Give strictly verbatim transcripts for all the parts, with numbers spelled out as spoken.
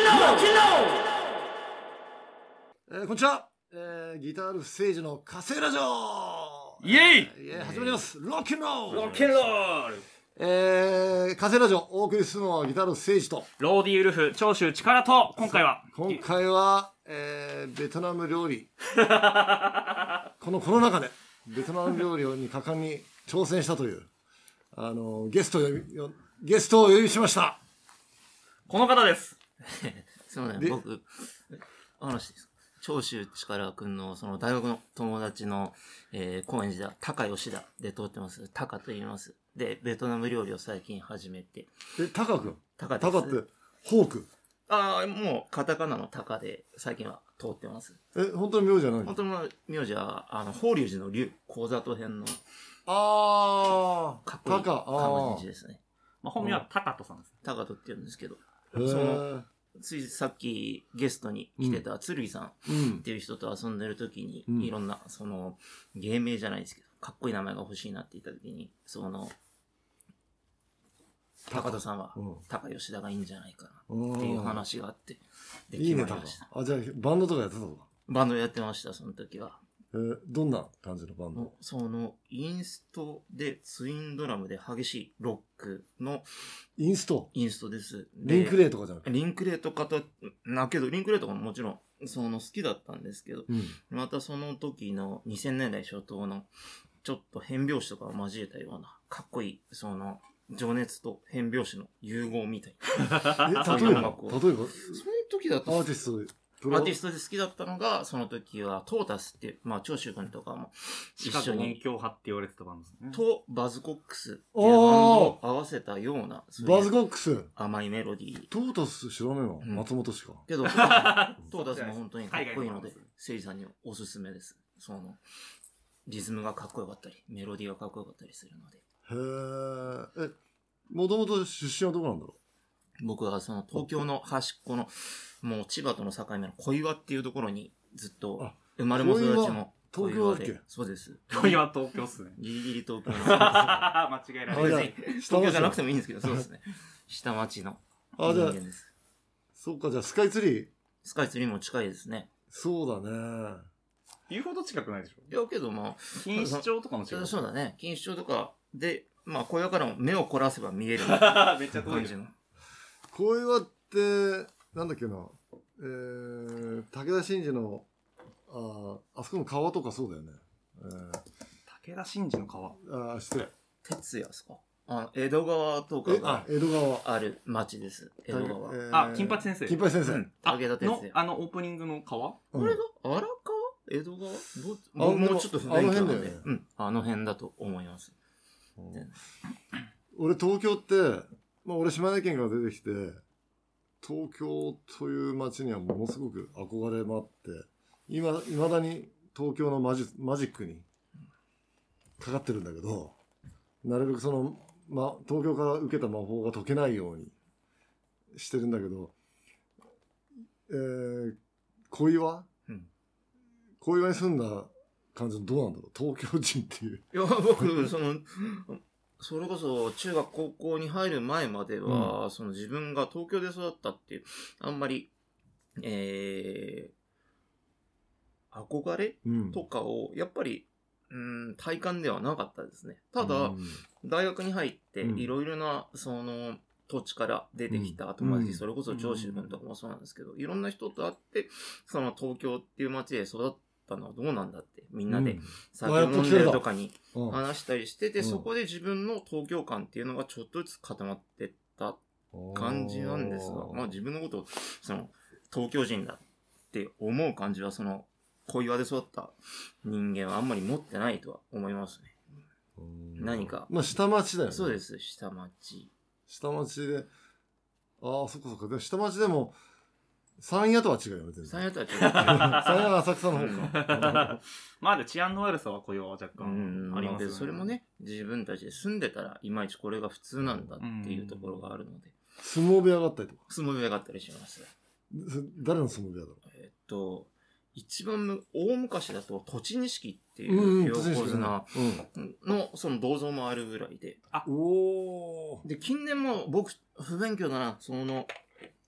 えー、こんにちは、えー、ギタールフ聖司の火星ラジオイエイ、 えー、イエーイ始まります。ロッキンロールロッキンロール。 えー、火星ラジオお送りするのはギタールフ聖司とローディウルフ長州力と、今回は今回は、えー、ベトナム料理このコロナ禍でベトナム料理に果敢に挑戦したというあのゲストを呼びゲストをお呼びしました。 この方です。 すみません、僕話です。長州力くんのその大学の友達の、えー、高円寺で高吉田で通ってます。タカと言います。で、ベトナム料理を最近始めて。 え、タカくんタカです。 タカってホーク？ ああ、もうカタカナのタカで最近は通ってます。 え、本当に名字じゃないの？ 本当の名字はあの法隆寺の龍、高里編のあーかっこいいタカ感じですね。 まあ、本名はタカトさんです。 タカトって言うんですけど、 へーそのついさっきゲストに来てた鶴井さんっていう人と遊んでる時に、 うん、 いろんなその芸名じゃないですけどかっこいい名前が欲しいなって言った時に、その高田さんは高吉田がいいんじゃないかなっていう話があってで決まりました。 いいね、あ、じゃあバンドとかやってたのか？ バンドやってました。その時は。 えー、どんな感じのバンド？ そのインストでツインドラムで激しいロックのインストインストです。 リンクレイとかじゃなくて？ リンクレイとかとだけどリンクレイとかももちろんその好きだったんですけど、 うん、 またその時のにせんねんだい初頭のちょっと変拍子とかを交えたようなかっこいいその情熱と変拍子の融合みたいな。 え、例えば例えばその時だとアーティストでアーティストで好きだったのが、その時はトータスっていう、まあ長州君とかも一緒に音響派って言われてたバンドですね。 とバズコックスっていうバンドを合わせたような、 バズコックス甘いメロディー。 トータス知らねえな、うん、松本しか。 けどトータスも本当にかっこいいので、せいじさんにおすすめです。そのリズムがかっこよかったり、メロディーがかっこよかったりするので。 へえ。え、もともと出身はどこなんだろう？僕はその東京の端っこのもう千葉との境目の小岩っていうところにずっと生まれも育ちも東京だっけ？ そうです。 小岩東京っすね。 ギリギリ東京の間違いない。 東京じゃなくてもいいんですけど、そうですね。下町の人間です。 そうか、じゃあスカイツリー。 スカイツリーも近いですね。 そうだね。 言うほど近くないでしょ。 いやけどまあ錦糸町とかの近く。 そうだね。錦糸町とかでまあ小岩からも目を凝らせば見える。 めっちゃ遠いじゃん。 小岩ってなんだっけな。えー、武田真治のああそこの川とかそうだよね。えー、 武田真治の川。 ああ失礼。 鉄矢ですか。あ江戸川とかが江戸川ある町です。江戸川。 えー、あ金八先生。 金八先生。 うん、武田鉄矢。 あのオープニングの川？ これが荒川？江戸川？どもうちょっと不勉強なんで。うん、あの辺だと思います。 俺東京ってまあ俺島根県から出てきて。東京という街にはものすごく憧れもあって今いまだに東京のマジマジックにかかってるんだけどなるべくその、ま、東京から受けた魔法が解けないようにしてるんだけど、えー、小岩、うん、小岩に住んだ感じのどうなんだろう東京人っていう。 いや僕そのそれこそ中学高校に入る前までは、うん、その自分が東京で育ったっていうあんまり、えー、憧れ、うん、とかをやっぱり、うん、体感ではなかったですね。ただ、うん、大学に入っていろいろなその土地から出てきた友達、うん、それこそ長州君とかもそうなんですけど、いろんな人と会ってその東京っていう街で育ってたのはどうなんだってみんなで酒を飲んでるとかに話したりしてて、うん、そこで自分の東京感っていうのがちょっとずつ固まってった感じなんですが、まあ自分のことをその東京人だって思う感じはその小岩で育った人間はあんまり持ってないとは思いますね。何かまあ下町だよね。 そうです、下町下町で、ああそっかそっか、で下町でも山谷とは違うよね。 山谷とは違う。 山谷は浅草の方か。 まあで治安の悪さは小岩は若干ありますね。 それもね、自分たちで住んでたらいまいちこれが普通なんだっていうところがあるので。 相撲部屋があったりとか。 相撲部屋があったりします。 誰の相撲部屋だろう。 えっと一番大昔だと栃錦っていう横綱のその銅像もあるぐらいで。 あ、おで近年も僕不勉強だなその。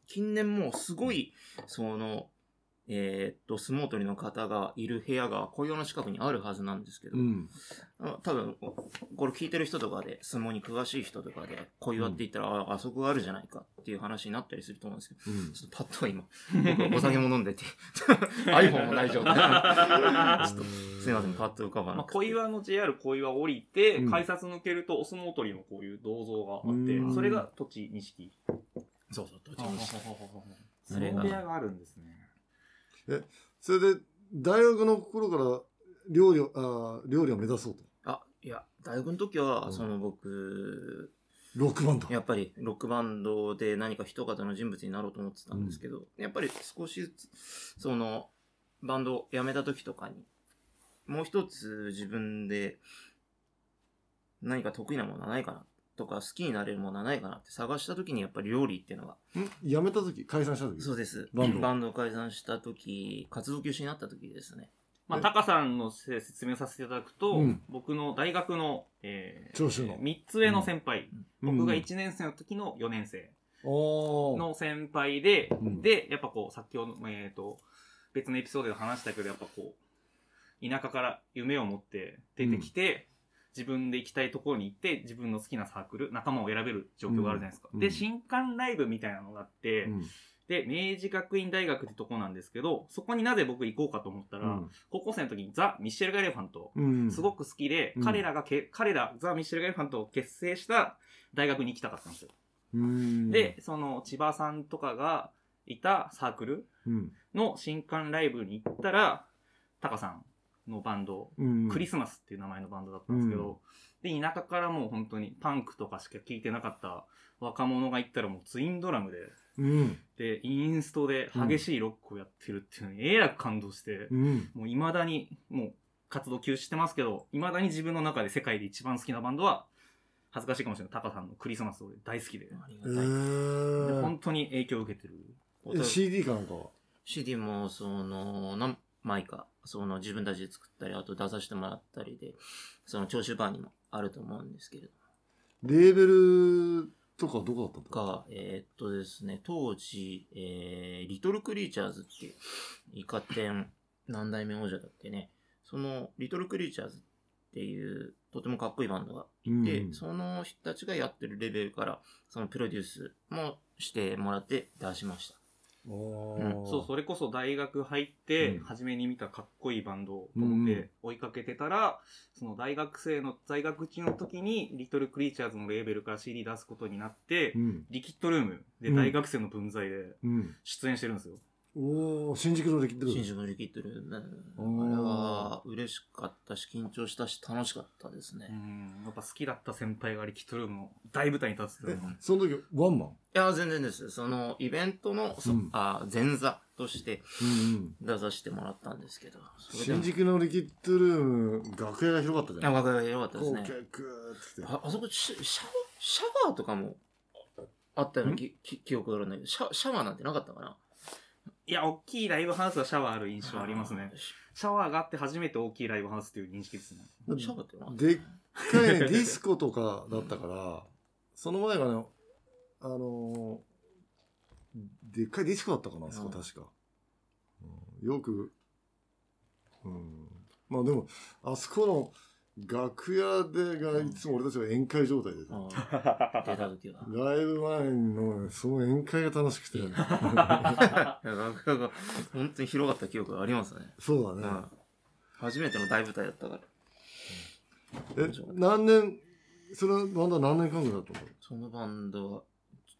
近年もすごい、その、えー、っと、相撲取りの方がいる部屋が小岩の近くにあるはずなんですけど、 うん。 あ多分、これ聞いてる人とかで、相撲に詳しい人とかで、小岩って言ったら、あ、あそこがあるじゃないかっていう話になったりすると思うんですけど、 うん。 ちょっとパッと今、僕お酒も飲んでて、iPhone もない状態なんで、ちょっと、すいません、パッと浮かばまあ、 なくて。 小岩の ジェイアール 小岩降りて、 うん改札抜けるとお相撲取りのこういう銅像があって、 うんそれが栃木錦。 そうそう、どっちあにしてその部屋があるんですね。 それで、大学の頃から料理を、あー料理を目指そうと。 あ、いや、大学の時は、 うんその僕、 ロックバンド。 やっぱりロックバンドで何か一方の人物になろうと思ってたんですけど、やっぱり少しずつ、その、バンドを辞めた時とかに、もう一つ自分で何か得意なものはないかなとか、好きになれるものはないかなって探した時にやっぱり料理っていうのが、 ん辞めた時解散した時そうです。 バンドバンドを解散した時、活動休止になった時ですね。 まあ、 えタカさんの説明させていただくと、 うん僕の大学の、えー、 長州のみっつ上の先輩、 うん僕がいちねん生の時のよねん生おーの先輩で、 うんで、やっぱこう、先ほど、えっ、と、別のエピソードで話したけど、やっぱこう、田舎から夢を持って出てきて、自分で行きたいところに行って、自分の好きなサークル、仲間を選べる状況があるじゃないですか。 うんで、新刊ライブみたいなのがあって、 うんで、明治学院大学ってとこなんですけど、そこになぜ僕行こうかと思ったら、 うん高校生の時にザ・ミッシェル・ガ・エレファント、 うんすごく好きで、 うん彼らがけ、彼ら、ザ・ミッシェル・ガ・エレファントを結成した大学に行きたかったんですよ。 うんで、その千葉さんとかがいたサークルうんの新刊ライブに行ったら、タカさんのバンド、 うんクリスマスっていう名前のバンドだったんですけど、で、田舎からもう本当にパンクとかしか聴いてなかった若者が行ったらもうツインドラムで、 うんで、インストで激しいロックをやってるっていうのにえらく感動して、 うんもう未だに、もう活動休止してますけど、未だに自分の中で世界で一番好きなバンドは、恥ずかしいかもしれないタカさんのクリスマスを大好きで、でありえがたい。 ー本当に影響を受けてる。 え シーディー かなんかはシーディー も、その、何枚か、その自分たちで作ったり、あと出させてもらったりで、その聴取版にもあると思うんですけれどレーベルとかどこだったんだが、えーっとですね、当時、えー、リトルクリーチャーズっていう、イカ天何代目王者だっけね、その、リトルクリーチャーズっていう、とてもかっこいいバンドがいて、 うんその人たちがやってるレベルから、そのプロデュースもしてもらって出しました。 おうんーそう、それこそ大学入ってうん、 初めに見たかっこいいバンドと思って追いかけてたら、その大学生の在学中の時に、リトルクリーチャーズのレーベルから シーディー 出すことになって、 うんリキッドルームで大学生の分際でうん出演してるんですよ。 おー新宿のできてる新宿のリキッドルーム。あおーれは嬉しかったし、緊張したし、楽しかったですうね。 ん、やっぱ好きだった先輩がリキッドルームの大舞台に立つっていえうのはその時ワンマンいや、全然です。その、イベントの、そうんあ前座としてうん出させてもらったんですけど。それで新も宿のリキッドルーム楽屋が広かったじゃんあ、若いが広かったですね。 こうグーってきてああそこシャ、シャシャワーとかもあったようなきき記憶があるんだけど、シャシャワーなんてなかったかないや、大きいライブハウスはシャワーある印象ありますね。 シシャワーがあって初めて大きいライブハウスっていう認識ですね。 シャワーってなでっかいねディスコとかだったからその前がねあのーでっかいディスコだったかなあそこうん確か、うんよくうんまあでもあそこの楽屋でがいつも俺たちは宴会状態でさ、 うん出た時は。 ライブ前のねその宴会が楽しくていや楽屋が本当に広かった記憶がありますね。 そうだね、 うん初めての大舞台だったから。 え何年それバンドは何年間ぐらいだったのそのバンドは、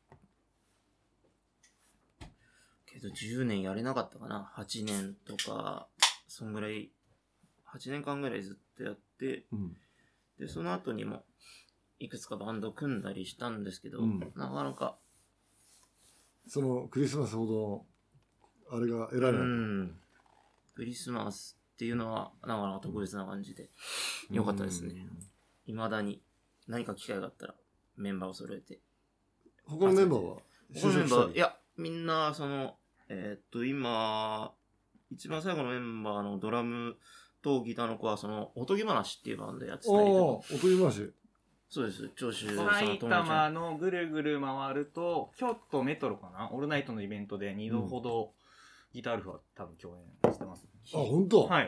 けどじゅうねんやれなかったかな。はちねんとか、そんぐらい、はちねんかんぐらいずっとやって、 うんで、その後にも、いくつかバンド組んだりしたんですけど、 うんなかなか、 そのクリスマスほどあれが得らうれない、 ん、クリスマスっていうのは、なかなか特別な感じで、良かったですね。未だに何か機会があったら、メンバーを揃えて。 他のメンバーは他のメンバー、 就職したりいや、みんな、その、えーっと、今、一番最後のメンバーのドラムとギターの子は、その、おとぎ話っていうバンドやってたりとおおとぎ話そうです。長州さんの埼友達。 玉のぐるぐる回ると、京都メトロかなオールナイトのイベントでにどほどギターウルフは多分共演してます、ね。 あ、本当？ はい。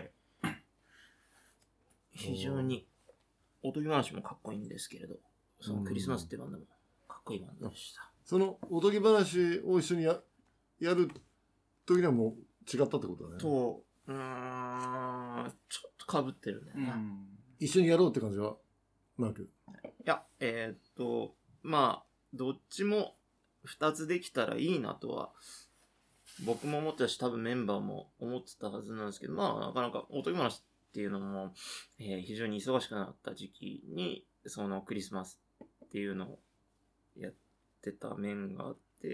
非常に、おとぎ話もかっこいいんですけれど、そのクリスマスってバンドもかっこいいバンドでした。 そのおとぎ話を一緒に や, やる時にはもう違ったってことだね。 と、うーん、ちょっと被ってるんだよね。うん、 一緒にやろうって感じはなく。 いや、えー、っと、まあ、どっちも二つできたらいいなとは、僕も思ってたし、多分メンバーも思ってたはずなんですけど、まあ、なかなかおとぎ話っていうのも、えー、非常に忙しくなった時期に、そのクリスマスっていうのをやってた面があって、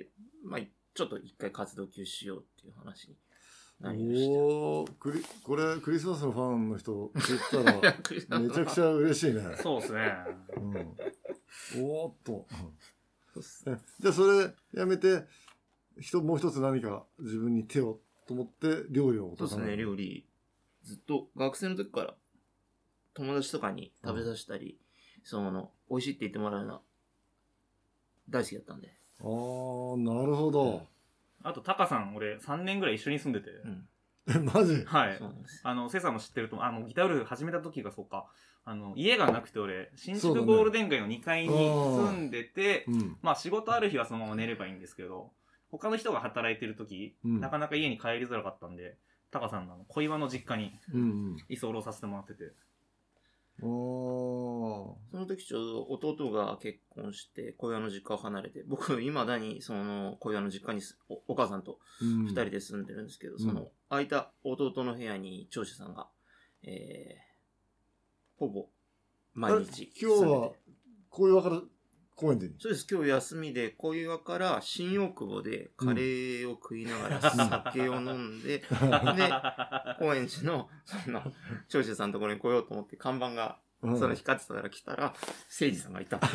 まあ、ちょっと一回活動休止しようっていう話になりました。 おー、クリ、これクリスマスのファンの人知ったらめちゃくちゃ嬉しいね。 そうですね。 うん、おーっと。じゃあそれやめて、人もう一つ何か自分に手をと思って料理をそうですね、料理。ずっと学生の時から友達とかに食べさせたり、うん、その、美味しいって言ってもらうのは大好きだったんで。 あー、なるほど。 あと、タカさん、俺さんねんぐらい一緒に住んでて。うん、 え、マジ？ はい。あの、セさんも知ってると思う。あの、ギターウルフ始めた時がそうか。あの、家がなくて俺、新宿ゴールデン街のにかいに住んでて、ね、まあ仕事ある日はそのまま寝ればいいんですけど、他の人が働いてる時、うん、なかなか家に帰りづらかったんで、タカさんの小岩の実家に居候させてもらってて。 うんうん、おその時ちょうど弟が結婚して小岩の実家を離れて、僕未だにその小岩の実家に お, お母さんと二人で住んでるんですけど、うん、その空いた弟の部屋に長州さんが、えー、ほぼ毎日今日は小岩から公園でにそうです。今日休みで小岩から新大久保でカレーを食いながら酒を飲んで、うん、で高円寺のその長州さんのところに来ようと思って看板がその光ってたから来たら、誠司さんがいた。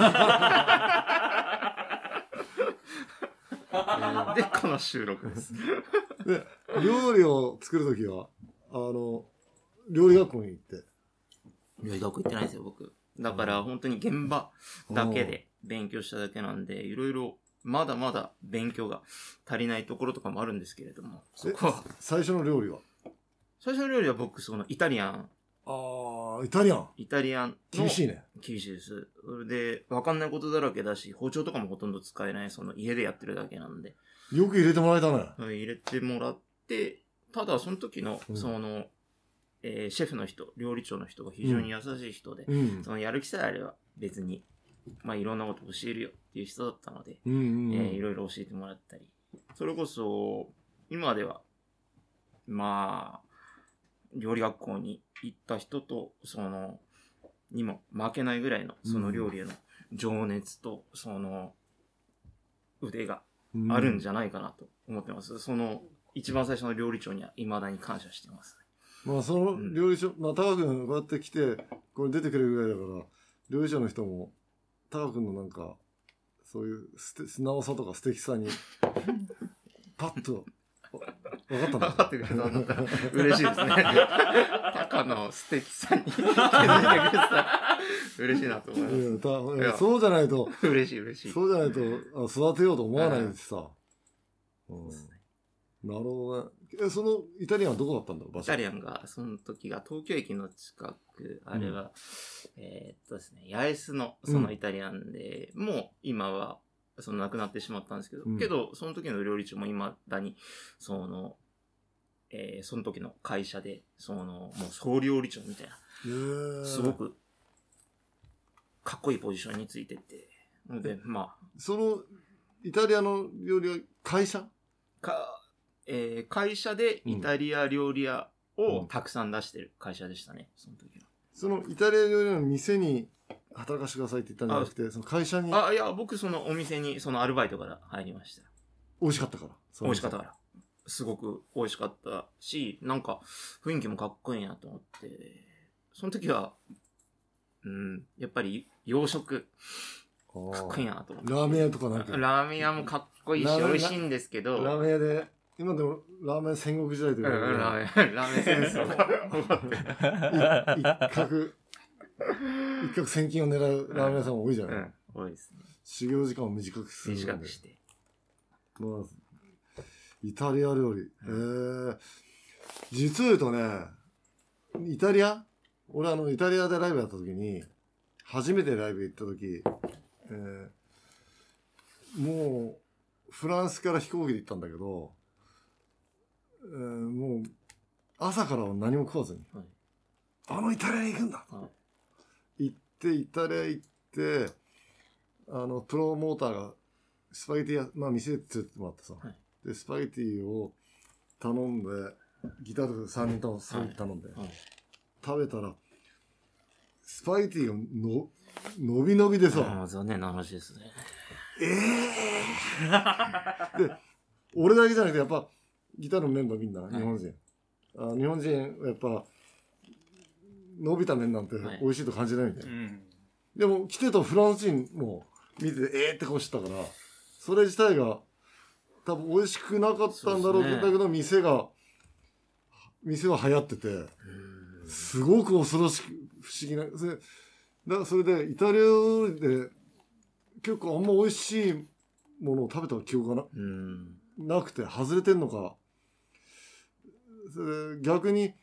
でこの収録です。 で料理を作るときはあの料理学校に行って料理学校行ってないんですよ僕。だから本当に現場だけで勉強しただけなんで、いろいろまだまだ勉強が足りないところとかもあるんですけれども、そこは最初の料理は最初の料理は僕そのイタリアンああイタリアンイタリアン厳しいね厳しいです。それで分かんないことだらけだし包丁とかもほとんど使えない、その家でやってるだけなんでよく入れてもらえたね。 入れてもらって、ただその時のその、うんえー、シェフの人、料理長の人が非常に優しい人で、うん、そのやる気さえあれば別に、まあいろんなこと教えるよっていう人だったので、うんうんうんえー、いろいろ教えてもらったり、それこそ今ではまあ料理学校に行った人とそのにも負けないぐらいのその料理への情熱とその腕があるんじゃないかなと思ってます。その一番最初の料理長には未だに感謝してます。 まあその料理長、うん、まあ高君こうやって来てこれ出てくれるぐらいだから料理長の人も高君のなんかそういう素直さとか素敵さにパッと分かったんだ。 分かってくれたなんか嬉しいですね。高の素敵さに気づいてくれた嬉しいなと思います。 いやそうじゃないと嬉しい嬉しい。 そうじゃないと育てようと思わないしさ。うん、なるほどね。え、そのイタリアンはどこだったんだろう場所。 イタリアンが、その時が東京駅の近く、あれは、うん、えー、っとですね、八重洲のそのイタリアンで、うん、もう今は、その亡くなってしまったんですけど、うん、けど、その時の料理長も未だに、その、えー、その時の会社で、その、もう総料理長みたいな、すごく、かっこいいポジションについてて、ので、まあ。 その、イタリアの料理は会社か、えー、会社でイタリア料理屋をたくさん出してる会社でしたね、その時は。 そのイタリア料理屋の店に働かせてくださいって言ったんじゃなくて、その会社に。 あ、いや、僕そのお店にそのアルバイトから入りました。 美味しかったから。 美味しかったから。すごく美味しかったし、なんか雰囲気もかっこいいなと思って、その時は、うん、やっぱり洋食、かっこいいなと思って。 ラーメン屋とかなんか。 ラーメン屋もかっこいいし、美味しいんですけど。 ラーメン屋で、今でもラーメン戦国時代というか、 うん、ラーメン、ラーメン戦争が起こって。 一角一攫千金を狙うラーメン屋さんも多いじゃない、 うん、多いですね。 修行時間を短くするんで。 短くして。 まあ、イタリア料理。えー、実を言うとね、イタリア俺あの、イタリアでライブやった時に、初めてライブ行った時、えー、もう、フランスから飛行機で行ったんだけど、えー、もう、朝からは何も食わずに、はい、あのイタリアに行くんだ、はい、行って、イタリア行って、あの、プロモーターが、スパゲティや、まあ店で連れてってもらってさ、はい、で、スパゲティを頼んで、ギターとさんにんともスパゲティ頼んで、はいはい、食べたら、スパゲティがの、伸び伸びでさ、 ああ、残念な話ですね。 ええー、で、俺だけじゃなくて、やっぱ、ギターのメンバーみんな、日本人。はい、あ日本人、やっぱ、伸びた麺なんて美味しいと感じないみたいな。はい、うん、でも、来てたフランス人も見てて、ええーって顔してたから、それ自体が、多分美味しくなかったんだろうけど、ね、だけど、店が、店は流行ってて、すごく恐ろしく、不思議な、それ、だそれで、イタリア料理で、結構あんま美味しいものを食べた記憶が な,、うん、なくて、外れてんのか。それ逆に、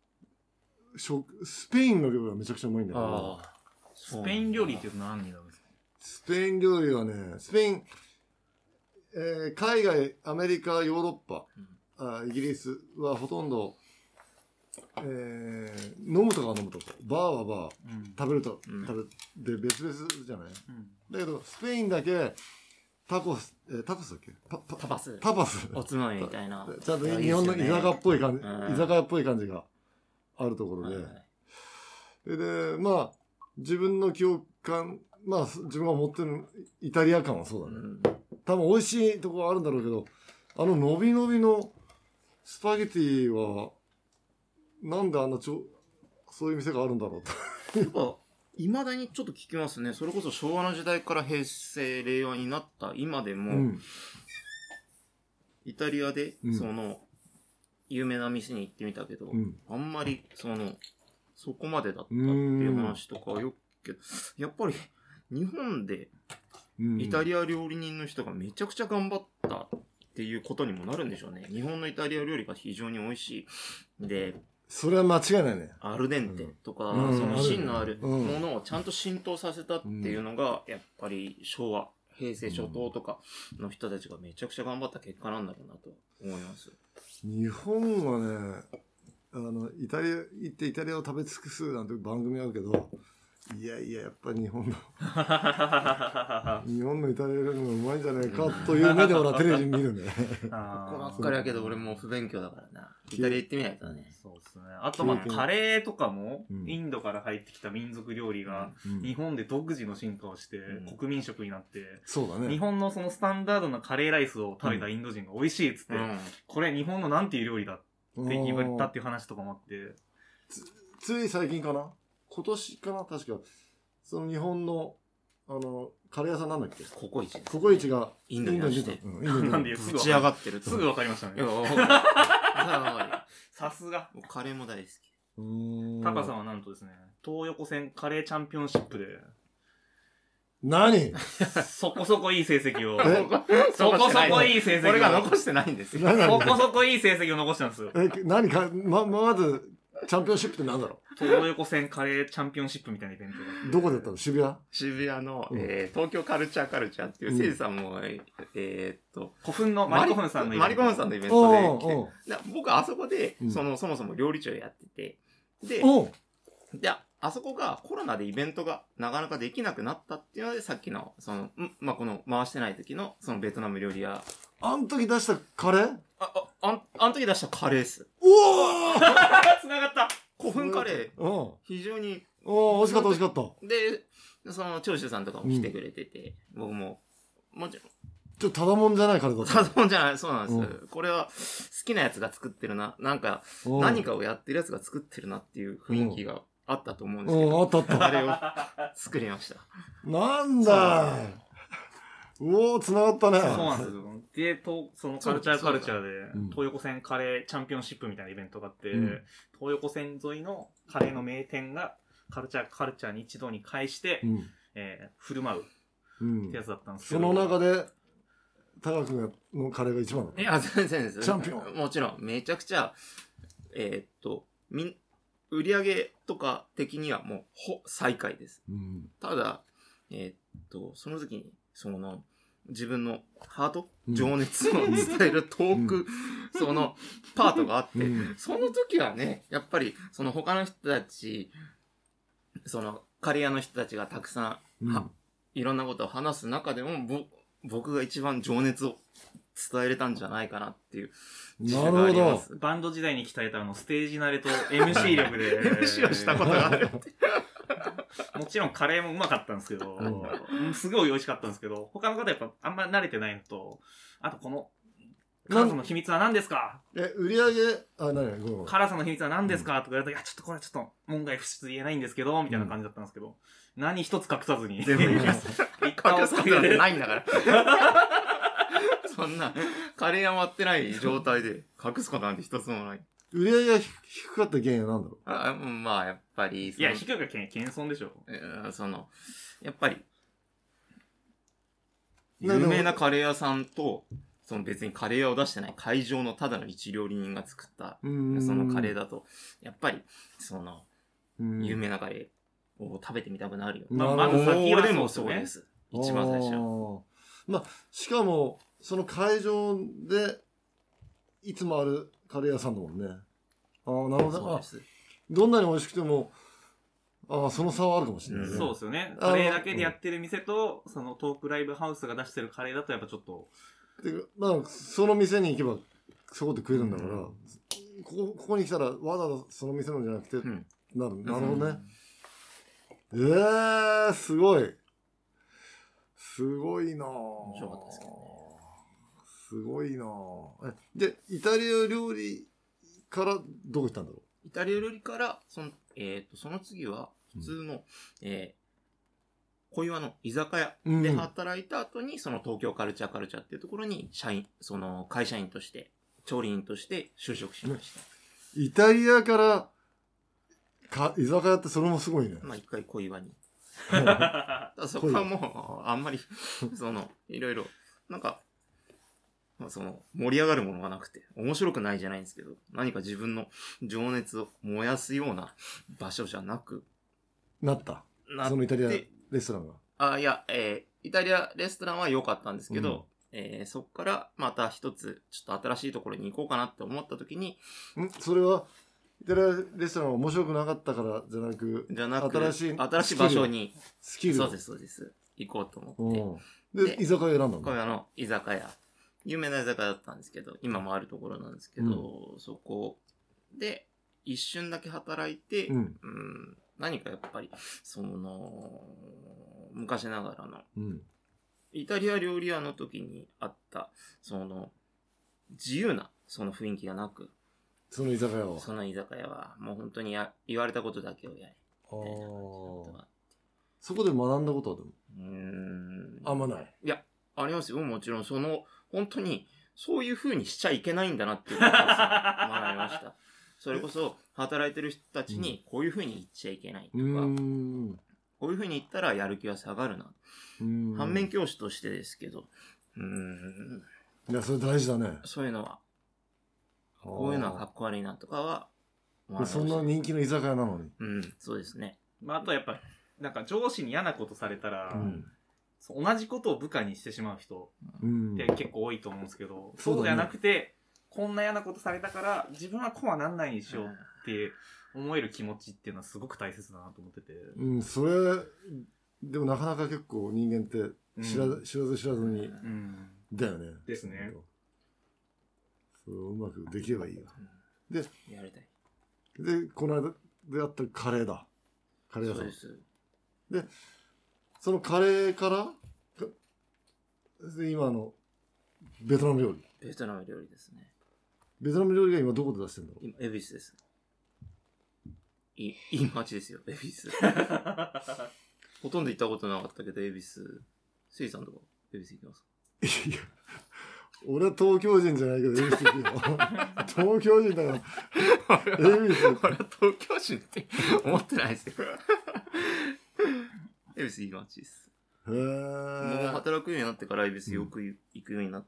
スペインの料理はめちゃくちゃうまいんだけど。 スペイン料理っていうと何になるんですか？ スペイン料理はね、スペイン、えー、海外、アメリカ、ヨーロッパ、うん、あイギリスはほとんど、えー、飲むとかは飲むとか、バーはバー、うん、食べると、うん、食べで別々じゃない、うん、だけどスペインだけタコス、えー、タコスだっけタタパスタパスおつまみみたいなちゃんと日本の居酒屋っぽい感じ、うん、居酒屋っぽい感じがあるところで、はいはい、でまあ自分の記憶感、まあ自分が持ってるイタリア感はそうだね、うん、多分美味しいところあるんだろうけど、あの伸び伸びのスパゲティはなんであんなちょそういう店があるんだろうとやっぱいまだにちょっと聞きますね。それこそ昭和の時代から平成令和になった今でも、うん、イタリアでその有名な店に行ってみたけど、うん、あんまりそのそこまでだったっていう話とかはよくけど、やっぱり日本でイタリア料理人の人がめちゃくちゃ頑張ったっていうことにもなるんでしょうね。日本のイタリア料理が非常に美味しいで、 それは間違いないね。 アルデンテとか、うん、その芯のあるものをちゃんと浸透させたっていうのが、やっぱり昭和、平成初頭とかの人たちがめちゃくちゃ頑張った結果なんだろうなと思います。 日本はね、あの、イタリア、行ってイタリアを食べ尽くすなんて番組あるけど、いやいや、やっぱり日本の日本のイタリア料理もうまいんじゃないかという目で俺はテレビ見るね。 ここばっかりやけど俺もう不勉強だからな。イタリア行ってみないとね。 そうですね。あとまあカレーとかも、インドから入ってきた民族料理が日本で独自の進化をして国民食になって、 そうだね。 日本のそのスタンダードなカレーライスを食べたインド人が美味しいっつって、これ日本のなんていう料理だって言われたっていう話とかもあって。 つ、つい最近かな今年かな確か。その日本の、あの、カレー屋さんなんだっけココイチ。 ココイチがインドに出して。 うん、インドになんで、ぶち上がってると。すぐわかりましたね。さすが。 カレーも大好き。 タカさんはなんとですね、東横線カレーチャンピオンシップで、 何そこそこいい成績を。そこそこいい成績を。 俺が残してないんですよ。 そこそこいい成績を残してるんですよ。 え、何か、ま、まず、チャンピオンシップって何だろう東横線カレーチャンピオンシップみたいなイベントが。 どこでやったの渋谷渋谷の、うんえー、東京カルチャーカルチャーっていう、せいじさんも、えー、っと、 古墳のマリコフンさんのイベント。 マリコフンさんのイベントで来て、僕あそこで、その、そもそも料理長やってて、で、で、あそこがコロナでイベントがなかなかできなくなったっていうので、さっきの、その、んまあ、この回してない時の、そのベトナム料理屋。 あん時出したカレーあ、あ、あん、あん時出したカレーっす。 うわー繋がった古墳カレー、非常に。 おー、美味しかった美味しかった。 で、その、長州さんとかも来てくれてて、うん、僕も、もちろん。 ちょっとただもんじゃないカレーだった。 ただもんじゃない、そうなんです。うん、これは、好きなやつが作ってるな、なんか、何かをやってるやつが作ってるなっていう雰囲気があったと思うんですけど、 うん、あったあった。 あれを作りました。 なんだうおー、繋がったね。 そうなんですよ。で、と、そのカルチャーカルチャーで、東横線カレーチャンピオンシップみたいなイベントがあって、うん、東横線沿いのカレーの名店がカルチャーカルチャーに一堂に会して、 うんえー、振る舞ううんってやつだったんですけそど、 の中で高君のカレーが一番だった。 いや、全然です。 チャンピオン。 もちろん、めちゃくちゃ、えーっと、みん、売り上げとか的にはもう、ほ、最下位です。 うんただ、えーっと、その時に、その、自分のハート、 うん情熱を伝えるトーク、その、パートがあって、 うんその時はね、やっぱり、その他の人たち、その、カレー屋の人たちがたくさん、 うんは、いろんなことを話す中でも、ぼ、僕が一番情熱を伝えれたんじゃないかなっていう自信があります。 バンド時代に鍛えたあのステージ慣れと エムシー 力でエムシー をしたことがあるって。 もちろんカレーもうまかったんですけど、 ううんすごい美味しかったんですけど、他の方やっぱあんま慣れてないのと、あとこのなん辛さの秘密は何ですか、 え売り上げあ何ごめんごめん辛さの秘密は何ですかとか言われたら、いやちょっとこれちょっと門外不出言えないんですけどみたいな感じだったんですけど、何一つ隠さずに全部言います。 言った隠すことなんてないんだから。そんな、カレー屋割ってない状態で隠すことなんて一つもない。 売り上げが低かった原因は何だろあうんまあ、やっぱり、そのいや、低くがけん謙遜でしょ。 えーその、やっぱり、 な有名なカレー屋さんと、その別にカレー屋を出してない会場のただの一料理人が作った、 うーんそのカレーだと、やっぱり、その、 うん有名なカレーを食べてみたくなるよ。 なるほどまあまず先は俺もそですよねそううです。一番最初。 あーまあしかもその会場でいつもあるカレー屋さんだもんね。ああなるほど。あそうです。 どんなに美味しくてもああその差はあるかもしれないね。 うんそうですよね。 あのカレーだけでやってる店と、そのトークライブハウスが出してるカレーだとやっぱちょっと、 てかまあその店に行けばそこで食えるんだから、 うんここここに来たらわざわざその店のじゃなくて、 うん。 なるなるほどね。 うんええー、すごい。すごいなぁ。面白かったですけどね。 すごいなぁ。え、で、イタリア料理からどこ行ったんだろイタリア料理から、その、えっ、と、その次は、普通の、えー、小岩の居酒屋で働いた後に、その東京カルチャーカルチャーっていうところに、社員、その会社員として、調理員として就職しました。 う。イタリアからか居酒屋ってそれもすごいね。 まあ一回小岩に。ただそこはもう、あんまり、その、いろいろ、なんか、まあ、その、盛り上がるものがなくて、面白くないじゃないんですけど、何か自分の情熱を燃やすような場所じゃなくなった。 なって、 そのイタリアレストランが。 あ、いや、えーイタリアレストランは良かったんですけど、えーそこからまた一つ、ちょっと新しいところに行こうかなって思った時に、 んそれは、イタリアレストランは面白くなかったからじゃなく、 じゃなく、 新しい新しい場所に、 スキル。 そうです、そうです。行こうと思って。 うん。で、 で居酒屋選んだの小屋の居酒屋、有名な居酒屋だったんですけど、今もあるところなんですけど、そこで一瞬だけ働いて、 うん。 うん何かやっぱり、その、昔ながらの、 うん。 イタリア料理屋の時にあった、その、自由な、その雰囲気がなく、 その居酒屋は。 その居酒屋は、もう本当にや言われたことだけをやれ、 あみたいな感じのことがーそこで学んだことはでもうーん。 あんまない。 いや、ありますよ。もちろん、その、本当に、そういう風にしちゃいけないんだなっていうことを学びました。それこそ、働いてる人たちに、こういう風に言っちゃいけないとか、 うーん。 こういう風に言ったらやる気は下がるな。 うーん反面教師としてですけど、うーん、 いや、それ大事だね。 そういうのは、こういうのはかっこ悪いなとかは、 あーでそんな人気の居酒屋なのに。 うん、そうですね。 まあ、あとはやっぱ、なんか上司に嫌なことされたら、 うん。 そう同じことを部下にしてしまう人うんって結構多いと思うんですけど、 そうだねそうじゃなくて、こんな嫌なことされたから、自分はこうはなんないにしようって思える気持ちっていうのはすごく大切だなと思ってて。 うん、それ、でもなかなか結構人間って知ら,、 うん知らず知らずに、 うん。 だよね。 ですね。 それをうまくできればいいよ。で、 やりたい。 で、この間であったカレーだ。カレー屋さ。 そうんです。 で、そのカレーから、かで今のベトナム料理。 ベトナム料理ですね。 ベトナム料理が今どこで出してるんだろう。 今、恵比寿です。いい、いい街ですよ、恵比寿。ほとんど行ったことなかったけど、恵比寿。せいさんとか、恵比寿行きますか？ いや、俺は東京人じゃないけど、恵比寿行くよ。東京人だから、恵比寿。 俺は東京人って思ってないですよ。 恵比寿いい街です。 へもうー。 働くようになってから恵比寿よく行くようになって、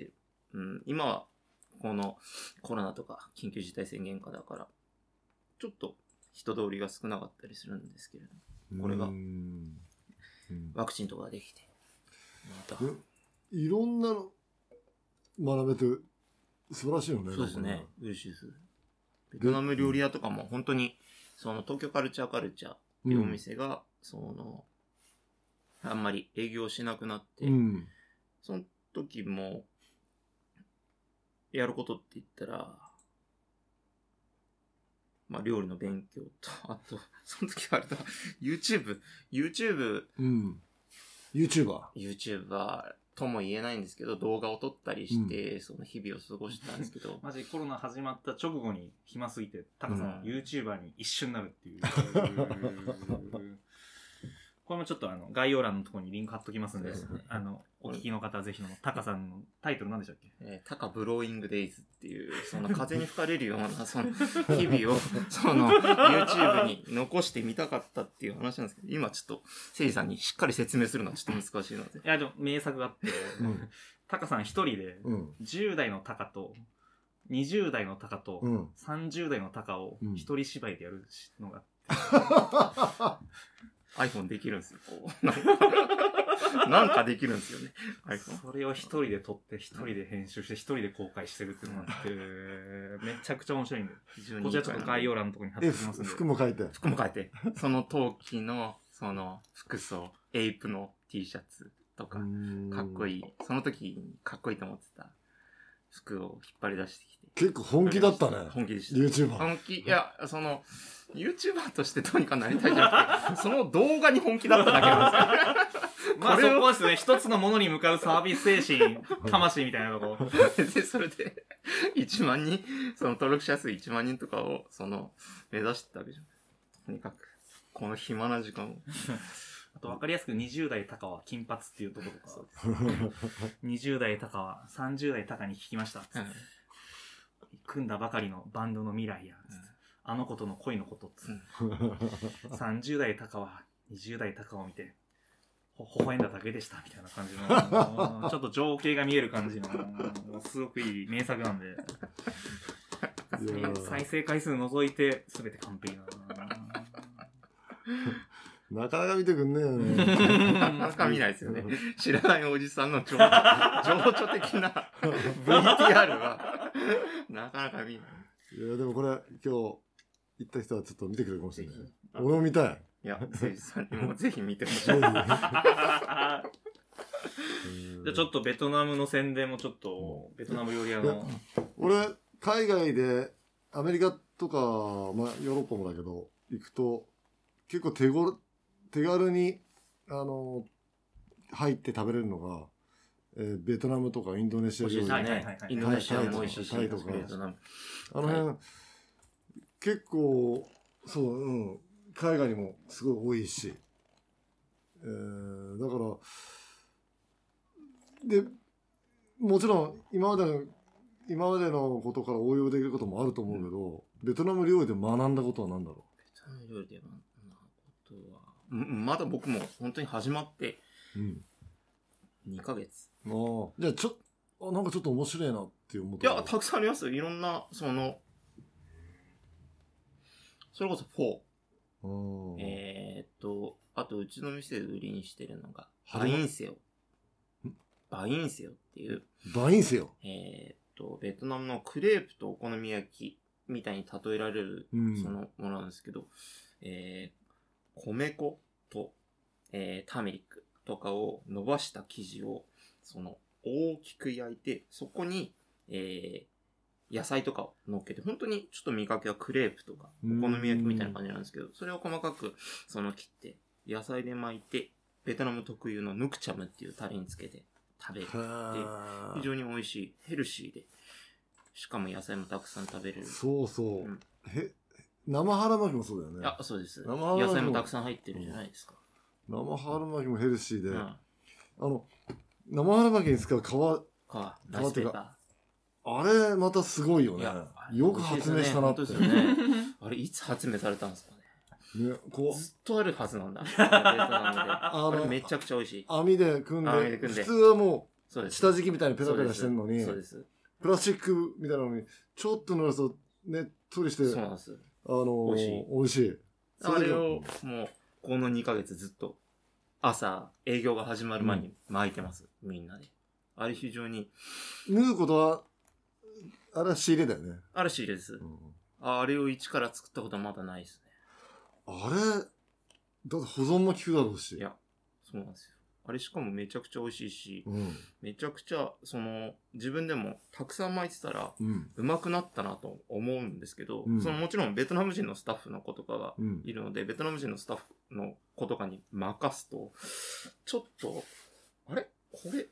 うん、今はこのコロナとか緊急事態宣言下だから、ちょっと人通りが少なかったりするんですけれども、これがワクチンとかができて、また。 いろんなの学べて素晴らしいよね。 そうですね。嬉しいです。ベトナム料理屋とかも本当に、その東京カルチャーカルチャーっていうお店が、うん、その、あんまり営業しなくなって、うん、その時も、やることって言ったら、まあ料理の勉強と、あと、その時あれだ、YouTube、YouTube、 うん、YouTuber。 YouTuber とも言えないんですけど、動画を撮ったりして、うん、その日々を過ごしたんですけど。 マジコロナ始まった直後に暇すぎて、タカさん、うん、YouTuber に一瞬なるっていう。これもちょっとあの概要欄のところにリンク貼っときますんで、あの、お聞きの方はぜひの、タカさんのタイトル何でしたっけ？ えー、タカブローイングデイズっていう、その風に吹かれるような、その日々を、その YouTube に残してみたかったっていう話なんですけど、今ちょっと、せいじさんにしっかり説明するのはちょっと難しいので。 いや、でも名作があって、うん、タカさん一人で、じゅう代のタカと、にじゅう代のタカと、さんじゅう代のタカを一人芝居でやるのがあって、 iPhone できるんですよ。こうなんかできるんですよね。 iPhone。それを一人で撮って、一人で編集して、一人で公開してるっていうのがあって、めちゃくちゃ面白いんで。こちらちょっと概要欄のところに貼っておきますんで。 服も書いて。 服も書いて。その陶器の、その服装、エイプの T シャツとか、かっこいい。その時にかっこいいと思ってた服を引っ張り出してきて。 結構本気だったね。 本気でした。 YouTuber。 本気、いや、その、YouTuber としてどうにかなりたいじゃなくて、その動画に本気だっただけなんですよ。 まあそこですね、一つのものに向かうサービス精神、魂みたいなところ。 で、それで、いちまんにん、その登録者数いちまんにんとかを、その、目指してたわけじゃん。とにかく、この暇な時間を。 あと分かりやすくにじゅう代タカは金髪っていうところとか、にじゅう代タカはさんじゅう代タカに聞きました。組んだばかりのバンドの未来や、あの子との恋のことっつ、うん、さんじゅう代タカはにじゅう代タカを見てほ微笑んだだけでしたみたいな感じのちょっと情景が見える感じのすごくいい名作なんで再生回数除いて全て完璧ななかなか見てくんねえよね。 なかなか見ないですよね。知らないおじさんの情緒的な ブイティーアール はなかなか見ない。 いやでもこれ今日行った人はちょっと見てくれるかもしれない。俺も見たい。 いや、せいじさんにもぜひ見てほしい。じゃあちょっとベトナムの宣伝もちょっと、ベトナム料理屋の。 俺、海外でアメリカとか、まあヨーロッパもだけど、行くと結構手ごろ手軽にあの入って食べれるのが、えー、ベトナムとかインドネシア料理、 はいはいはい、インドネシアも美味しいし、 タイとか、あの辺、はい、結構そう、うん、海外にもすごい多いし、えー、だからでもちろん今までの今までのことから応用できることもあると思うけど、うん、ベトナム料理で学んだことは何だろう？ ベトナム料理で学んだことはまだ僕も本当に始まってにかげつ。 うん、ああ、じゃあちょあなんかちょっと面白いなって思った。 いや、たくさんありますよ。いろんな、その、それこそフォー。えーっと、あとうちの店で売りにしてるのが、バインセオ。バインセオっていう。 バインセオえーっと、ベトナムのクレープとお好み焼きみたいに例えられる、そのものなんですけど、えー、米粉と、えー、ターメリックとかを伸ばした生地を、その、大きく焼いて、そこに、えー、野菜とかを乗っけて、本当にちょっと見かけはクレープとか、お好み焼きみたいな感じなんですけど、それを細かく、その切って、野菜で巻いて、ベトナム特有のヌクチャムっていうタレにつけて食べるっていう、非常に美味しい、ヘルシーで、しかも野菜もたくさん食べれる。 そうそう。うん、へ生春巻きもそうだよね。 あ、そうです。野菜もたくさん入ってるじゃないですか。 生春巻きもヘルシーで、うん、あの、生春巻きに使う皮、皮っていうか、あれまたすごいよね。よく発明したなって。 ね、あれいつ発明されたんですかね。 ね、こうずっとあるはずなんだ。ベトナムで。 ああれのめちゃくちゃ美味しい。 網で組んで、 網で組んで普通はもそうです。 う下敷きみたいにペタペタしてるのに、 そうです。 プラスチックみたいなのに、ちょっと濡らすとねっとりして、 そうなんです。 あのー、 美味しい美味しい。 あれをもう、このにかげつずっと、朝、営業が始まる前に巻いてます。うん、みんなで。あれ非常に。 縫うことは、あれは仕入れだよね。 あれ仕入れです。うん、あれを一から作ったことはまだないですね。 あれ、だって保存も効くだろうし。 いや、そうなんですよ。あれしかもめちゃくちゃ美味しいし、 うん、 めちゃくちゃ、その、自分でもたくさん巻いてたら、 うん、 うまくなったなと思うんですけど、うん、そのもちろんベトナム人のスタッフの子とかがいるので、うん、ベトナム人のスタッフの子とかに任すと、ちょっと、あれこれ、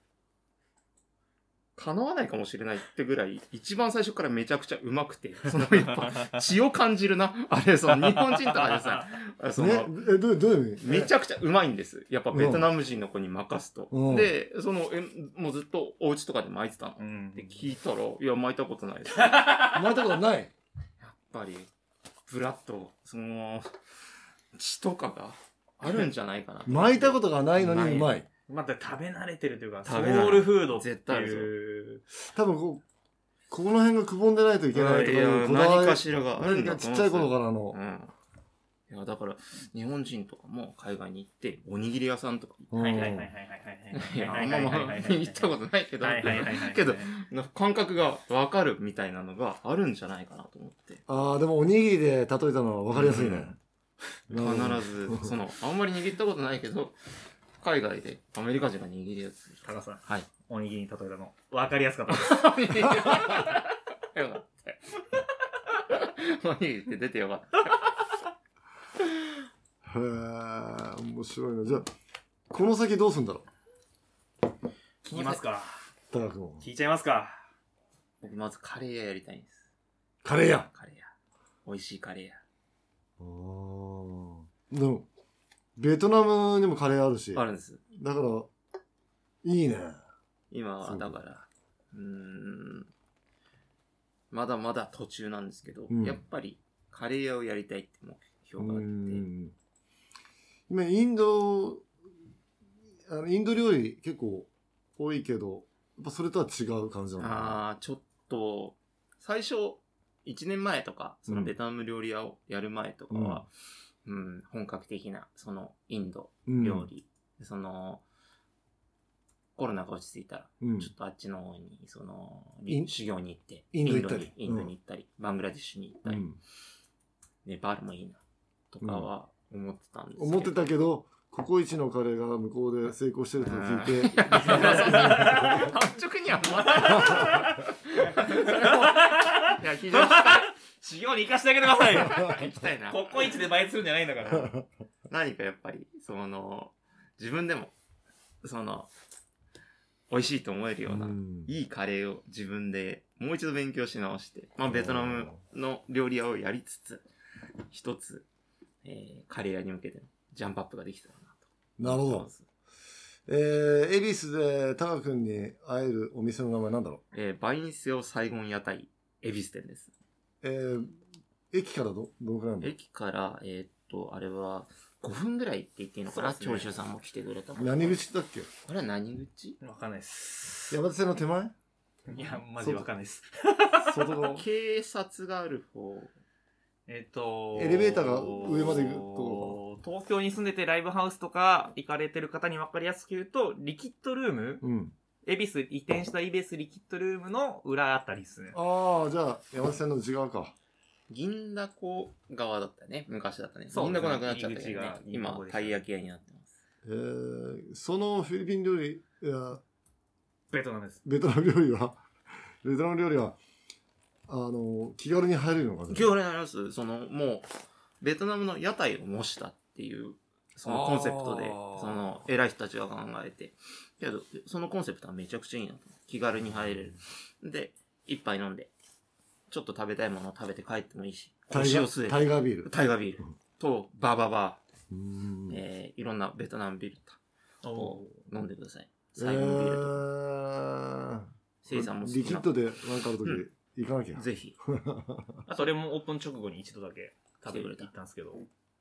叶わないかもしれないってぐらい、一番最初からめちゃくちゃうまくて、そのやっぱ血を感じるな。あれ、その日本人とかでさ、その、 ね、え、どう、どういう意味？ めちゃくちゃうまいんです。やっぱベトナム人の子に任すと。 うん、 で、その、え、もうずっとお家とかで巻いてたの。 うん、 って聞いたら、いや、巻いたことないです。 巻いたことない？ やっぱり、ブラッと、その、血とかがあるんじゃないかな。 巻いたことがないのにうまい。 また食べ慣れてるというか、ソウルフードっていう。 絶対ある。 多分こう、ここの辺がくぼんでないといけないとかいうこだわり。 何かしらがあるんだと思うんですよ。 ちっちゃい頃からの。 うん。いや、だから、日本人とかも海外に行って、おにぎり屋さんとか。 はいはいはいはいはいいや、あんまま行ったことないけど、けど、感覚がわかるみたいなのがあるんじゃないかなと思って。 ああ、でもおにぎりで例えたのはわかりやすいね。 必ず、その、あんまり握ったことないけど、海外でアメリカ人が握りやすい。 高さん。 はい。 おにぎりに例えたの。わかりやすかったです。 よかった。おにぎりって出てよかった。 へえ、面白いな。じゃあ、この先どうすんだろう。聞きますか。 高君。 聞いちゃいますか。 僕まずカレー屋やりたいんです。 カレー屋。 カレー屋。美味しいカレー屋。 ああ。でも、ベトナムにもカレーあるし。 あるんです。 だから、いいね。 今は、だから、うーん、まだまだ途中なんですけど、うん、やっぱりカレー屋をやりたいって目標があって。 今、インド、あのインド料理結構多いけど、やっぱそれとは違う感じなのかな。 ああ、ちょっと、最初、いちねんまえとか、そのベトナム料理屋をやる前とかは、うん、うん、本格的な、その、インド料理、うん、その、コロナが落ち着いたら、うん、ちょっとあっちの方に、その、修行に行って、 インド行ったり、 インドに行ったり、うん、バングラディッシュに行ったり、うん、ネパールもいいな、とかは思ってたんですけど、 思ってたけど、ココイチのカレーが向こうで成功してると聞いて、 率直には思わない。いや、非常に修行に行かせてあげてくださいよ。 行きたいな。 ココイチでバイトするんじゃないんだから。 何かやっぱり、その、自分でも、その、美味しいと思えるような、うん、いいカレーを自分でもう一度勉強し直して、まあ、ベトナムの料理屋をやりつつ、一つ、えー、カレー屋に向けてのジャンプアップができたらなと。 なるほど。えー、恵比寿でタカ君に会えるお店の名前なんだろう？ えー、バインセオサイゴン屋台恵比寿店です。 えー、駅からど、どのくらいなの？ 駅から、えー、っと、あれは、ごふんぐらいって言っていいのかな、長州さんも来てくれた。 何口だっけ？ あれは何口？ わかんないっす。 山手線の手前？ いや、マジわかんないっす。 外側。 警察がある方。 えっと、 エレベーターが上まで行くと東京に住んでてライブハウスとか行かれてる方に分かりやすく言うと、リキッドルーム、うん、恵比寿、移転した恵比寿リキッドルームの裏あたりですね。 ああ、じゃあ山手線の内側か。 銀だこ側だったね。昔だったね。銀だこなくなっちゃったけどね。今、たい焼き屋になってます。 へえ、そのフィリピン料理、いや、 ベトナムです。 ベトナム料理は、ベトナム料理は、あの、気軽に入れるのかな？ 気軽に入ります。その、もう、ベトナムの屋台を模したっていう、そのコンセプトで、その、偉い人たちが考えて。けど、そのコンセプトはめちゃくちゃいいなと。気軽に入れる。で、一杯飲んで、ちょっと食べたいものを食べて帰ってもいいし、 腰を据えて。タイガービール。 タイガービール。と、バーバーバー。ーえー、いろんなベトナムビールと、飲んでください。最後のビールと。えー、セイさんも好きな。 リキッドでなんかあるとき、うん行かなきゃ。 ぜひ。 あと、俺もオープン直後に一度だけ食べて行ったんですけど。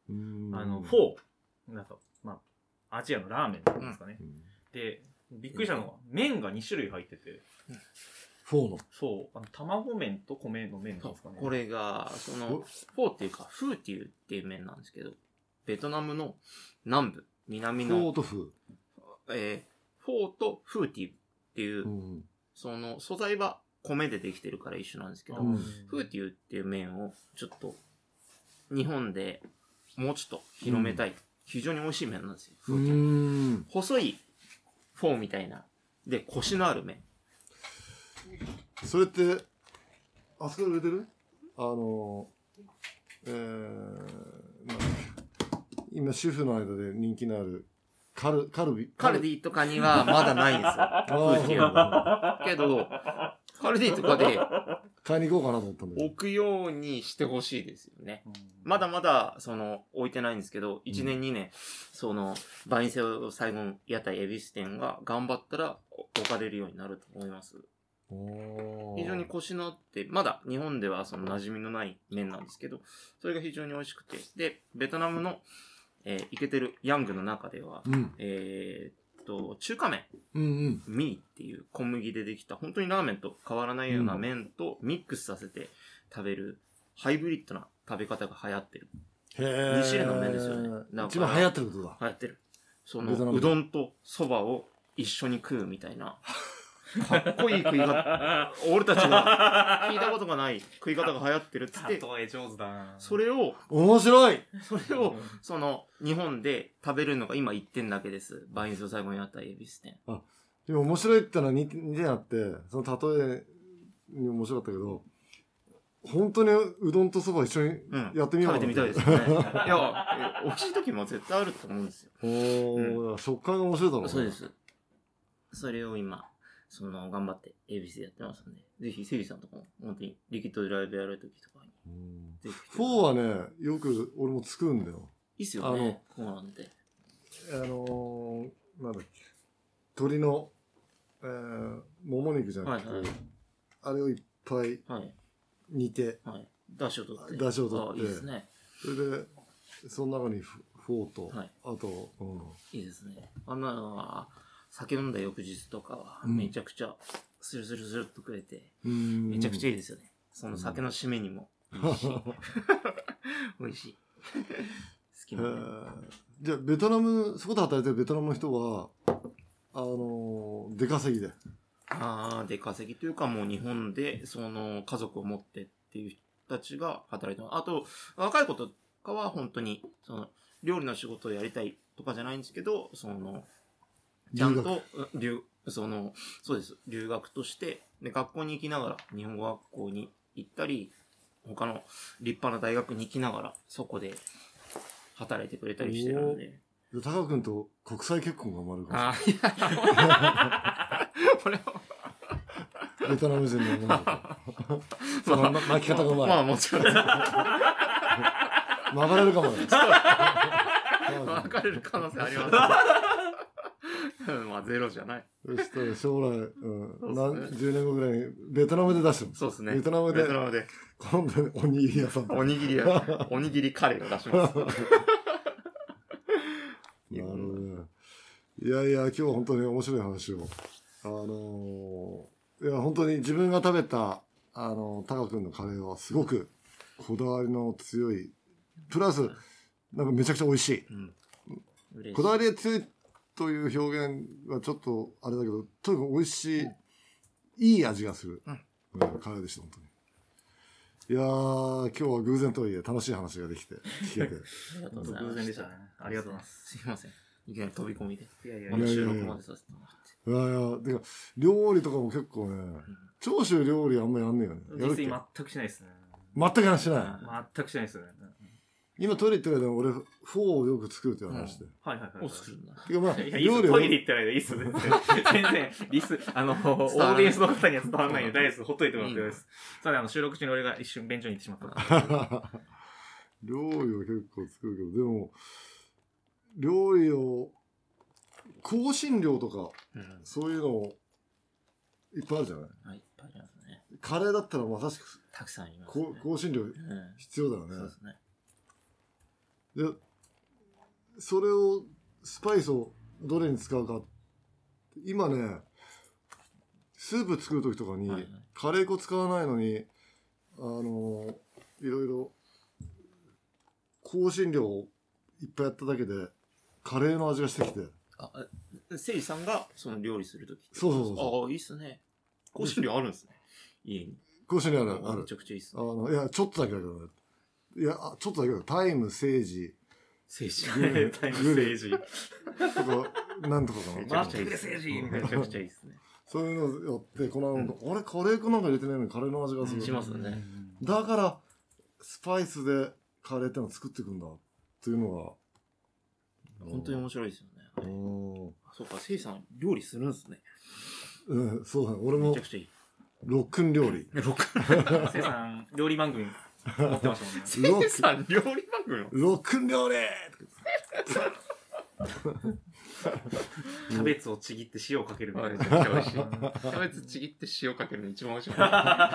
うーんあの、フォー。なんか、まあ、アジアのラーメンなんですかね。 うんで、びっくりしたのは、麺がに種類入ってて、 フォーの。 そう、あの卵麺と米の麺なんですかね。 これが、その、 おフォーっていうか、フーティーっていう麺なんですけど、ベトナムの南部、南フォーの、 とフえーフォーとフーティーっていう、 ー。うんその素材は米でできてるから一緒なんですけど、 うんフーティーっていう麺をちょっと日本でもうちょっと広めたい、非常に美味しい麺なんですよ。 うフーティーーん。 細いフォーみたいなでコシのある麺。 それってあそこで売れてる？あのえー、なんだっけ今主婦の間で人気のあるカルカルビカルディとかにはまだないんですよ。 あフーティーは。けど、カルディとかで買いに行こうかなと思ったんだけど。 置くようにしてほしいですよね。 うんまだまだ、その、置いてないんですけど、いちねん、にねん、その、バインセオサイゴン屋台恵比寿店が頑張ったら置かれるようになると思います。 おー非常にコシのあって、まだ日本ではその馴染みのない麺なんですけど、それが非常に美味しくて、で、ベトナムの、えー、イケてるヤングの中では、 うんえーっと、中華麺、 うんうんミーっていう小麦でできた、本当にラーメンと変わらないような麺とミックスさせて食べる、ハイブリッドな食べ方が流行ってる。 へー二種類の麺ですよねだから一番流行ってることだ。 流行ってる。その、 ベトナムうどんと蕎麦を一緒に食うみたいな、かっこいい食い方、俺たちが聞いたことがない食い方が流行ってるっつって、 例え上手だな。 それを、 面白い。 それを、その、日本で食べるのが今いってんだけです。バインズを最後にあった恵比寿店。 でも面白いってのは似て似てあって、その例えに面白かったけど、本当にうどんとそば一緒にうん。 やってみよう食べてみたいですよね。いや、え美味しい時も絶対あると思うんですよ。 おー、食感が面白いだろうね。 そうで。す。それを今、その、頑張って恵比寿でやってますんで、ぜひ、セリさんとかも、本当に、リキッドでライブやる時とかに、 うんぜひ。 フォーはね、よく俺も作るんだよ。 いいっすよね。こうなんて。 あのー、なんだっけ。鶏の、えー、もも肉じゃなくて、 はいはいあれをいっぱいはい。 煮て、 はい。ダッシュを取って。 出汁を取ってあいいですね。 それで、その中にフフォーと、 はいあと、うん、 いいですね。あんなのは、酒飲んだ翌日とかは、 うんめちゃくちゃ、スルスルスルっと食えて、 うんめちゃくちゃいいですよね。その酒の締めにも、いいし、美味しい。好きへなね。 ーじゃあ、ベトナム、そこで働いてるベトナムの人は、あのー、出稼ぎで。 ああ、で、稼ぎというかもう日本で、その、家族を持ってっていう人たちが働いてます。あと、若い子とかは本当に、その、料理の仕事をやりたいとかじゃないんですけど、その、ちゃんと、うん留、その、そうです。留学として、で、学校に行きながら、日本語学校に行ったり、他の立派な大学に行きながら、そこで働いてくれたりしてるので。 でタカ君と国際結婚が生まれるかああ、いや、これは、 もしれない。ベトナム人の女の子。そのま巻き方がうまい。 まあもちろん、 曲がれるかもね。 別れる可能性あります。まあゼロじゃない。 そしたら将来、うん、 そうっすね何十年後ぐらいにベトナムで出してる。 そうですね。 ベトナムでベトナムで、 今度おにぎり屋さんで。 おにぎりや、おにぎりカレーを出します。 なるほどね。いやいや、今日は本当に面白い話を。あのー、いや、本当に自分が食べた、あのー、タカ君のカレーはすごくこだわりの強い。プラス、なんかめちゃくちゃ美味しい。 うん。嬉しい。 こだわりが強いという表現はちょっとあれだけど、とにかく美味しい、いい味がする、 うんうんカレーでした、本当に。いやー、今日は偶然とはいえ楽しい話ができて、聞けて。 ありがとうございます。 偶然でしたね。ありがとうございます。 すいません。いきなり飛び込みで。 いやいやまいや。 だ収録までさせてもらって。 いやいや、てか、料理とかも結構ね、長州料理あんまりやんねえよね。やるっけ実際全くしないですね。 全くやんしない。 全くしないですね。 今トイレ行ってる間に俺、フォーをよく作るっていう話で。 はいはいはい。 お作るんだ。 てかまあ、 いや、いいっす。 料理をトイレ行ったらいいっす。全然。全然、リス、あの、オーディエンスの方には伝わらないんで、大丈夫です。ほっといてもらってくださいです。さて、あの、収録中に俺が一瞬便所に行ってしまった。 料理を結構作るけど、でも、料理を、香辛料とか、 うん。 そういうの、いっぱいあるじゃないはい、いっぱいありますね。 カレーだったらまさしく、 たくさんあります、 こね。 香辛料うん。 必要だよね。 そうですね。 でそれをスパイスをどれに使うか、今ねスープ作る時とかに、はいはい、カレー粉使わないのにあのいろいろ香辛料をいっぱいやっただけでカレーの味がしてきて、 あ、せいじさんがその料理する時、 そうそうそうそう、 ああいいっすね。香辛料あるんですね、家に。 香辛料ある、ある。 めちゃくちゃいいっすね。 あのいやちょっとだけだけどね、いやちょっとだけどタイム、セージ、 セージ、 タイム、セージとかなんとかかな、 めちゃくちゃいいっすね。めちゃくちゃいいっすね。 そういうのやってこの、うん、あれカレー粉なんか入れてないのにカレーの味がする、 しますよね。 だからスパイスでカレーってのを作っていくんだっていうのが本当に面白いですよね。 うんあ、そうか、せいじさん料理するんですね。 うん、そうだね。俺もめちゃくちゃいい。 ロックン料理。 ロックンせいさん料理番組持ってましたもんね。 せいさん料理番組ロックン料理キャベツをちぎって塩をかけるみたいな。 めちゃくちゃ美味しい。キャベツちぎって塩かけるの一番美味しい。いやい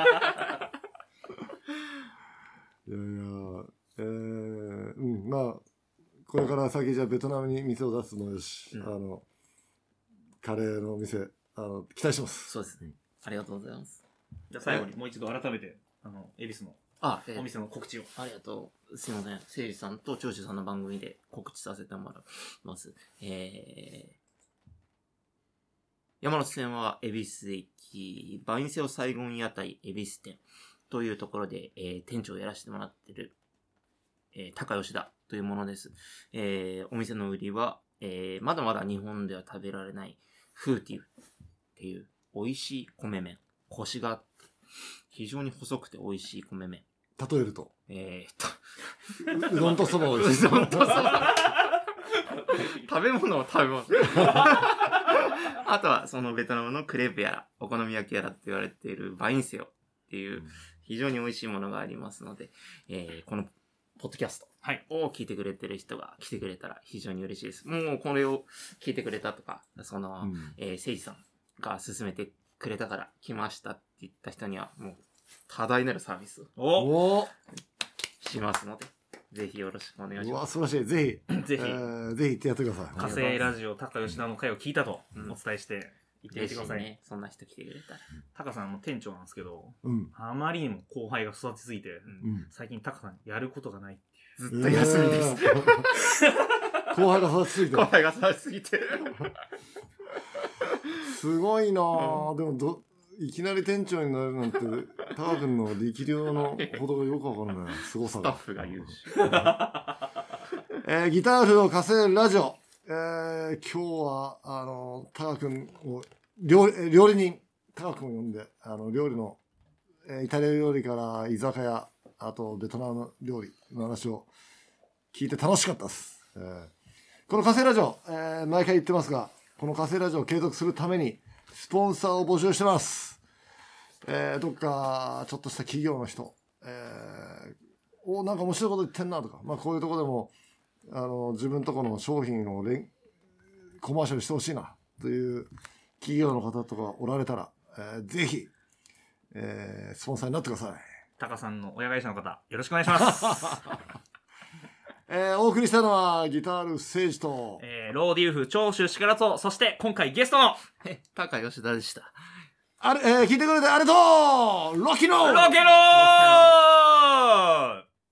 や、えー、うん、まあ、これから先じゃあベトナムに店を出すもよし、うん、あの、カレーの店、あの、期待します。 そうですね。ありがとうございます。 じゃあ最後にもう一度改めて、あの、恵比寿のあ、えー、 お店の告知を。 ありがとう。すいません。せいじさんと長州さんの番組で告知させてもらいます。えー、山手線は恵比寿駅、バインセオサイゴン屋台恵比寿店というところで、えー、店長をやらせてもらってる、えー、高吉田というものです。えー、お店の売りは、えー、まだまだ日本では食べられないフーティフっていう美味しい米麺。コシがあって、非常に細くて美味しい米麺。 例えるとえー、 っとうどんとそばをうどんとそば食べ物を食べ物あとはそのベトナムのクレープやらお好み焼きやらって言われているバインセオっていう非常に美味しいものがありますので、えー、このポッドキャストを聞いてくれてる人が来てくれたら非常に嬉しいです。もうこれを聞いてくれたとか、その、うん、えー、せいじさんが勧めてくれたから来ましたって言った人にはもう多大なるサービスをしますので、ぜひよろしくお願いします。うわ、素晴らしい。ぜひ、 ぜひ、 えー、ぜひ行ってやってください。 火星ラジオ高吉田の会を聞いたとお伝えして行ってみてください。 ね、そんな人来てくれたら。 タカさんも店長なんですけど、 うん、 あまりにも後輩が育ちすぎて、 うん、 最近タカさんやることがないっていう。ずっと休みです。えー、後輩が育ちすぎて。 後輩が育ちすぎて。 すごいなぁ、うん、でもどいきなり店長になるなんてタカ君の力量のほどがよくわかるね。すごさが。 スタッフが言うし、 えー、ギターフの火星ラジオ、えー、今日はあのタカ君を料理料理人タカ君を呼んであの料理の、えー、イタリア料理から居酒屋、あとベトナム料理の話を聞いて楽しかったです。えー、この火星ラジオ、えー、毎回言ってますが、この火星ラジオを継続するためにスポンサーを募集してます。えー、どっかちょっとした企業の人、えー、おなんか面白いこと言ってんなとか、まあこういうとこでもあの自分とこの商品をレンコマーシャルしてほしいなという企業の方とかおられたら、えー、ぜひ、えー、スポンサーになってください。 タカさんの親会社の方よろしくお願いします。 えー、お送りしたのはギタール誠司と、 えー、ローディウフ長州力と、そして今回ゲストの高吉田でした。 あれ、えー、聞いてくれてありがとう。ロキノーロキノー